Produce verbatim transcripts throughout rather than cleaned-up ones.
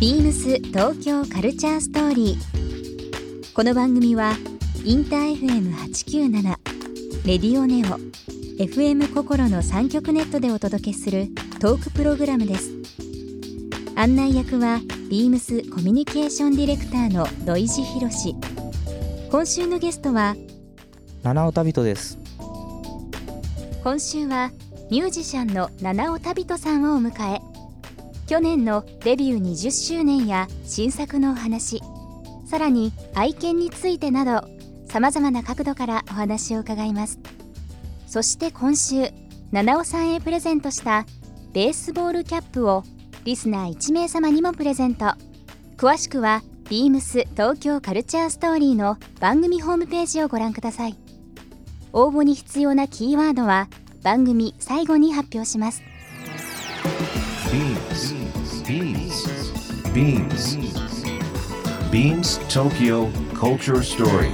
ビームス東京カルチャーストーリー。この番組はインター エフエムはちきゅうなな、レディオネオ、エフエム 心のさん局ネットでお届けするトークプログラムです。案内役はビームスコミュニケーションディレクターの土井博志。今週のゲストは七尾旅人です。 今週はミュージシャンの七尾旅人さんをお迎え、去年のデビューにじゅっしゅうねんや新作のお話、さらに愛犬についてなどさまざまな角度からお話を伺います。そして今週、七尾さんへプレゼントしたベースボールキャップをリスナーいち名様にもプレゼント。詳しくはビームス東京カルチャーストーリーの番組ホームページをご覧ください。応募に必要なキーワードは番組最後に発表します。 ビームス Beams Beams Beams Tokyo Culture Story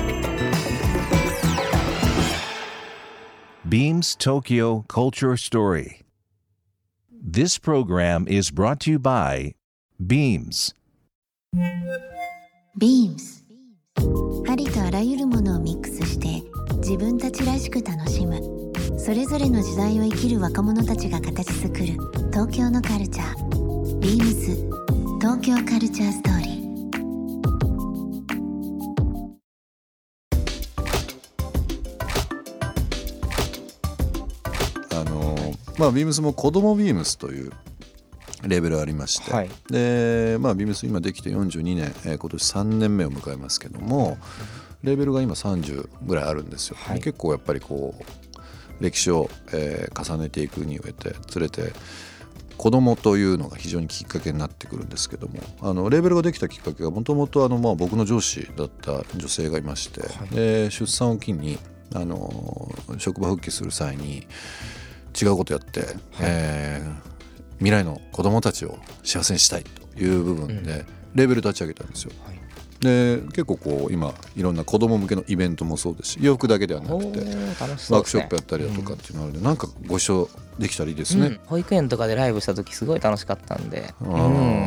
Beams Tokyo Culture Story. This program is brought to you by Beams. Beams ありとあらゆるものをミックスして自分たちらしく楽しむ、それぞれの時代を生きる若者たちが形作る東京のカルチャー。ビームス東京カルチャーストーリー。 あのまあビームスも子供ビームスというレーベルありまして、はい、でまあビームス今できてよんじゅうにねん、えー、今年さんねんめを迎えますけども、レーベルが今さんじゅうぐらいあるんですよ、はい、結構やっぱりこう歴史を、えー、重ねていくに上でつれて子供というのが非常にきっかけになってくるんですけども、あのレーベルができたきっかけがもともと僕の上司だった女性がいまして、はい、で出産を機にあの職場復帰する際に違うことやって、はい、えー、未来の子供たちを幸せにしたいという部分で、うん、レーベル立ち上げたんですよ、はい。で結構こう今いろんな子供向けのイベントもそうですし、洋服だけではなくて、ね、ワークショップやったりだとかっていうのがあるので、うん、なんかご一緒できたらいいですね、うん、 保育園とかでライブした時すごい楽しかったんで、うん、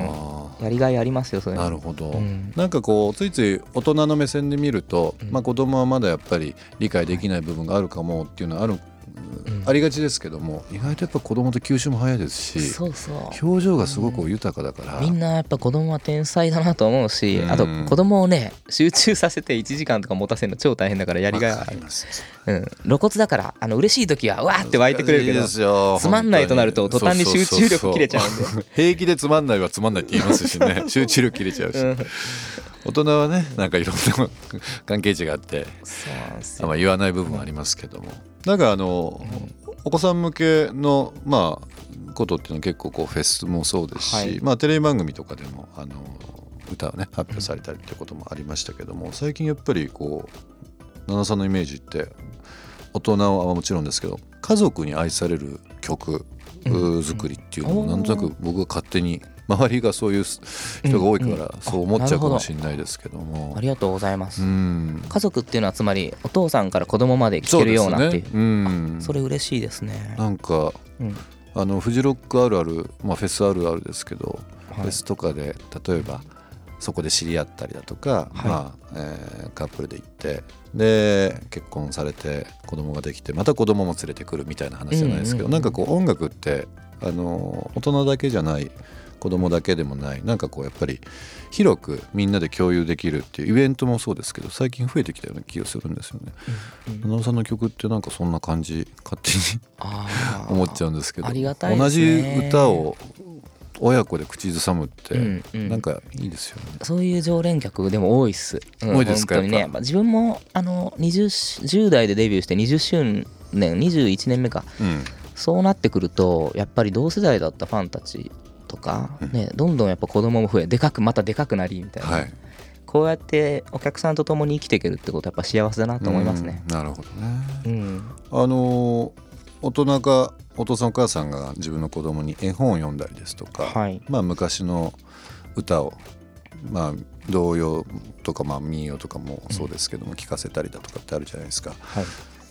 やりがいありますよそれ。 なるほど、うん、なんかこうついつい大人の目線で見ると、うん、まあ、子供はまだやっぱり理解できない部分があるかもっていうのはある、うん、ありがちですけども、意外とやっぱ子供って吸収も早いですし、 そうそう表情がすごく豊かだから、 うん、みんなやっぱ子供は天才だなと思うし、うん、あと子供をね集中させていちじかんとか持たせるの超大変だからやりがいある。うん、露骨だからあの嬉しい時はうわーって湧いてくれるけど、つまんないとなると途端に集中力切れちゃうんで、そうそうそうそう平気でつまんないはつまんないって言いますしね集中力切れちゃうし、うん、大人はねなんかいろんな関係値があってそうなんですよ、まあ、言わない部分はありますけども、なんかあの、うん、お子さん向けのまあことっていうのは結構こうフェスもそうですし、はい、まあ、テレビ番組とかでもあの歌をね発表されたりってこともありましたけども、うん、最近やっぱりこう奈々さんのイメージって大人はもちろんですけど家族に愛される曲作りっていうのもなんとなく僕が勝手に周りがそういう人が多いからそう思っちゃうかもしれないですけども、 うんうん、ありがとうございます、うん、家族っていうのはつまりお父さんから子供まで聞けるようなっていう、 そうですね、うん、それ嬉しいですね。 なんか、うん、あのフジロックあるある、まあ、フェスあるあるですけど、はい、フェスとかで例えばそこで知り合ったりだとか、はい、まあえー、カップルで行ってで結婚されて子供ができてまた子供も連れてくるみたいな話じゃないですけど、うんうんうん、なんかこう音楽ってあの大人だけじゃない子供だけでもない、なんかこうやっぱり広くみんなで共有できるっていうイベントもそうですけど最近増えてきたような気がするんですよね。七尾、うん、さんの曲ってなんかそんな感じ勝手に思っちゃうんですけど、 ありがたいですね。 同じ歌を親子で口ずさむってなんかいいですよね、うんうん、 そういう常連客でも多いっす、 うん、多いですか。 本当にね、まあ、自分もあの 20, じゅう代でデビューしてにじゅっしゅうねんにじゅういちねんめか、うん、そうなってくるとやっぱり同世代だったファンたちとか、ね、どんどんやっぱ子供も増えでかくまたでかくなりみたいな、はい、こうやってお客さんと共に生きていけるってことはやっぱ幸せだなと思いますね、 うん、なるほどね、うん、あの大人がお父さんお母さんが自分の子供に絵本を読んだりですとか、はい、まあ、昔の歌を、まあ、童謡とか、まあ、民謡とかもそうですけども、うん、聞かせたりだとかってあるじゃないですか、はい、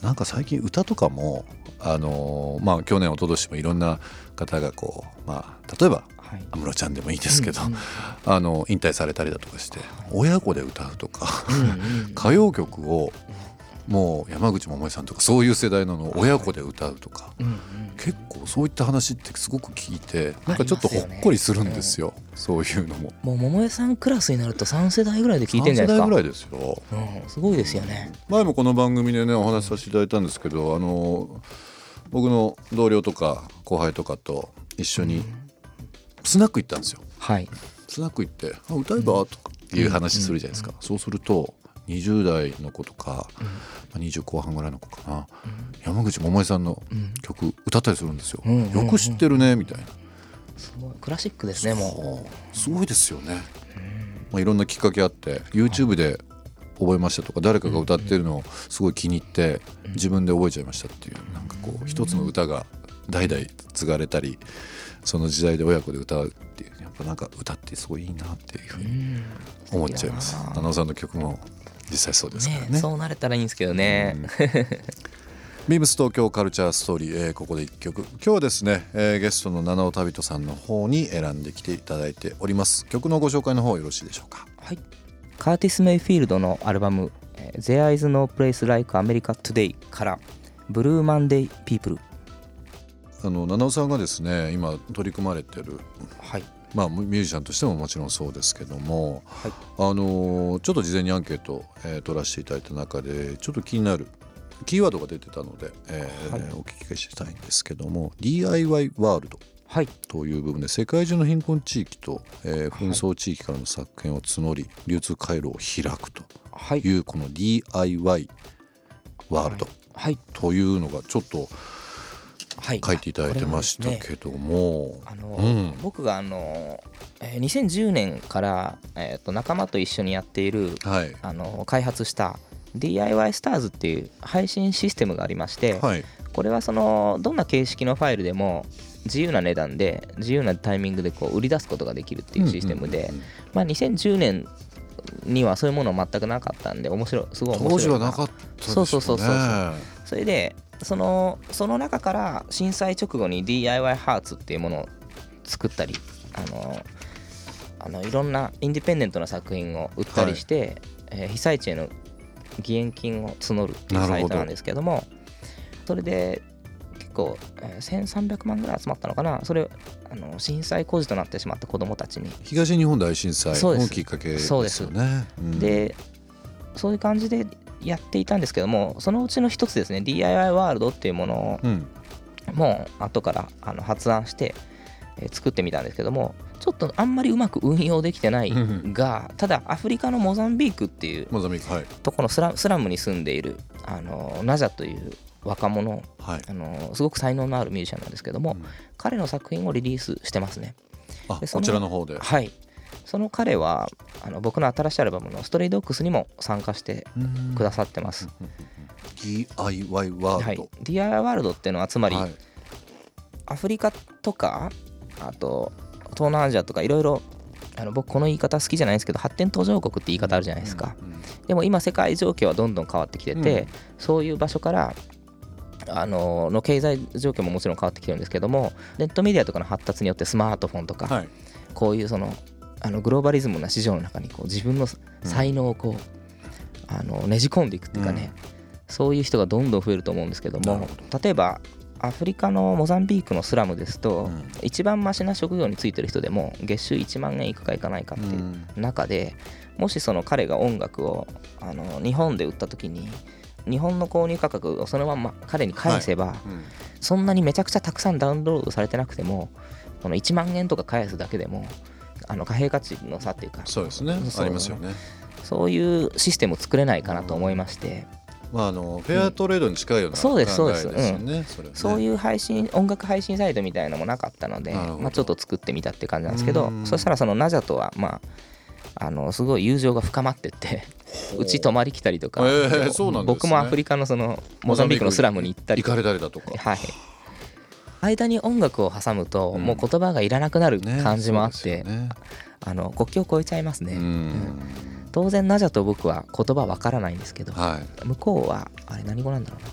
なんか最近歌とかもあのーまあ去年一昨年もいろんな方がこう、まあ、例えば安室ちゃんでもいいですけど、うんうん、あの引退されたりだとかして親子で歌うとか、うんうん、歌謡曲をもう山口百恵さんとかそういう世代ののを親子で歌うとか、はいうんうん、結構そういった話ってすごく聞いてなんかちょっとほっこりするんですよ、ねうん、そういうのも。 もう百恵さんクラスになるとさん世代ぐらいで聞いてんじゃないですか。 さん世代ぐらいですよ、 うん、すごいですよね。 前もこの番組でねお話しさせていただいたんですけど、あの僕の同僚とか後輩とかと一緒にスナック行ったんですよ、はい、スナック行ってあ歌えばとかいう話するじゃないですか、うんうんうん、そうするとにじゅう代の子とか、うんまあ、にじゅう後半ぐらいの子かな、うん、山口百恵さんの曲歌ったりするんですよ、うんうんうんうん、よく知ってるねみたいな。 すごいクラシックですね。もうすごいですよね、うんまあ、いろんなきっかけあって YouTube で覚えましたとか誰かが歌ってるのをすごい気に入って自分で覚えちゃいましたっていうなんかこう一つの歌が代々継がれたりその時代で親子で歌うっていうやっぱなんか歌ってすごいいいなっていうふうに思っちゃいます。七尾さんの曲も実際そうですから ね, ねそうなれたらいいんですけどね、うん、 ビームス東京カルチャーストーリー、えー、ここでいっきょく今日はですね、えー、ゲストの七尾旅人さんの方に選んできていただいております。曲のご紹介の方よろしいでしょうか。 はい、カーティス・メイフィールドのアルバム There is no place like America Today からブルーマンデイピープル。 あの七尾さんがですね今取り組まれてる、はいまあ、ミュージシャンとしてももちろんそうですけども、はい、あのちょっと事前にアンケート、えー、取らせていただいた中でちょっと気になるキーワードが出てたので、えーはい、お聞きしたいんですけども ディーアイワイ ワールドという部分で世界中の貧困地域と、えー、紛争地域からの作品を募り流通回路を開くというこの ディーアイワイ ワールドというのがちょっと書いていただいてましたけども、 あの、うん、僕があのにせんじゅうねんから、えー、と仲間と一緒にやっている、はい、あの開発した ディーアイワイ スターズっていう配信システムがありまして、はい、これはそのどんな形式のファイルでも自由な値段で自由なタイミングでこう売り出すことができるっていうシステムで、まあ、にせんじゅうねんにはそういうもの全くなかったんで面白いすごい面白い。 当時はなかったですよね。 そうそうそうそう。それでそのその中から震災直後に ディーアイワイ ハーツっていうものを作ったりあのあのいろんなインディペンデントな作品を売ったりして、はいえー、被災地への義援金を募るっていうサイトなんですけども、それで結構、えー、せんさんびゃくまんぐらい集まったのかな。それあの震災孤児となってしまった子どもたちに東日本大震災のきっかけですよね。そうです、 うん、でそういう感じでやっていたんですけども、そのうちの一つですね ディーアイワイ ワールドっていうものを、うん、もう後からあの発案して、えー、作ってみたんですけども、ちょっとあんまりうまく運用できてないが、ただアフリカのモザンビークっていうところのスラ、スラムに住んでいるあのナジャという若者、はい、あのすごく才能のあるミュージシャンなんですけども、うん、彼の作品をリリースしてますね。 あ、こちらの方で。 はい。その彼はあの僕の新しいアルバムのストレイドッグスにも参加してくださってます。 ディーアイワイ ワールド、はい、 ディーアイワイ ワールドっていうのはつまり、はい、アフリカとかあと東南アジアとかいろいろ、あの僕この言い方好きじゃないんですけど発展途上国って言い方あるじゃないですか、うんうんうん、でも今世界状況はどんどん変わってきてて、うん、そういう場所からあのの経済状況ももちろん変わってきてるんですけども、ネットメディアとかの発達によってスマートフォンとか、はい、こういうそのあのグローバリズムな市場の中にこう自分の才能をこう、うん、あのねじ込んでいくっていうかね、うん、そういう人がどんどん増えると思うんですけども、例えばアフリカのモザンビークのスラムですと、うん、一番マシな職業に就いてる人でも月収いちまんえんいくかいかないかっていう中で、うん、もしその彼が音楽をあの日本で売った時に日本の購入価格をそのまま彼に返せば、はいうん、そんなにめちゃくちゃたくさんダウンロードされてなくてもこのいちまんえんとか返すだけでもあの貨幣価値の差っていうか、 そうですね、ありますよね。 そういうシステムを作れないかなと思いまして、 まあ、あのフェアトレードに近いような考えですよね。そうですそうです、 うん、そういう配信音楽配信サイトみたいなのもなかったので、まあ、ちょっと作ってみたって感じなんですけど、そしたらそのナジャとはまああのすごい友情が深まってってうち泊まり来たりとか、えーそうなんですね、僕もアフリカのそのモザンビークのスラムに行ったり行かれたりだとか、 はい、間に音楽を挟むともう言葉がいらなくなる感じもあって、うんねね、あの国境を越えちゃいますね。うん、当然ナジャと僕は言葉わからないんですけど、はい、向こうはあれ何語なんだろうな、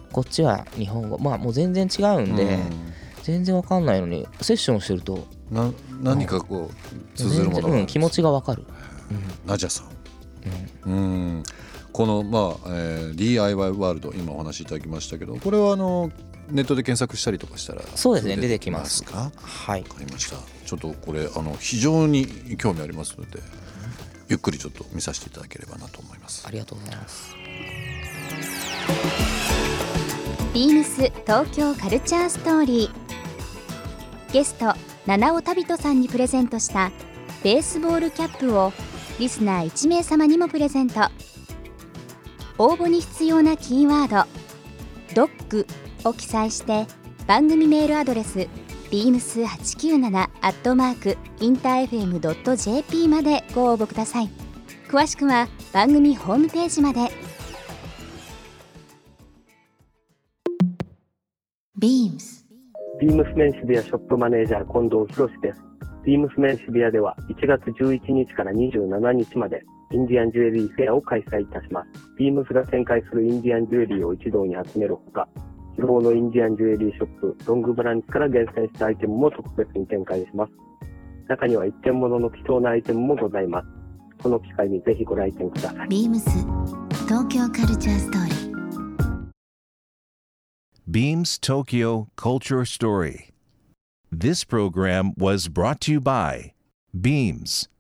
こっちは日本語、まあもう全然違うんで、うん、全然わかんないのにセッションしてるとな何かこう通ずるものがある、 うん、気持ちがわかる、 うん、ナジャさん、うん、うんこの、まあえー、ディーアイワイ ワールド今お話しいただきましたけど、これはあのネットで検索したりとかしたらそうですね出てきますか。 はい、 わかりました。ちょっとこれあの非常に興味ありますので、ゆっくりちょっと見させていただければなと思います。 ありがとうございます。 ビームス東京カルチャーストーリー、ゲスト七尾旅人さんにプレゼントしたベースボールキャップをリスナーいち名様にもプレゼント。応募に必要なキーワードドッグを記載して番組メールアドレス ビームスはちきゅうなな アットマーク インターエフエムドットジェーピー までご応募ください。詳しくは番組ホームページまで。 ビームスビームスメン渋谷ショップマネージャー近藤博です。ビームスメン渋谷ではいちがつじゅういちにちからにじゅうしちにちまでインディアンジュエリーフェアを開催いたします。ビームスが展開するインディアンジュエリーを一堂に集めるほか、希望のインディアンジュエリーショップロングブランチから厳選したアイテムも特別に展開します。中には一点物の貴重なアイテムもございます。この機会にぜひご来店ください。 ビームス東京カルチャーストーリー。 Beams Tokyo Culture Story. This program was brought to you by Beams.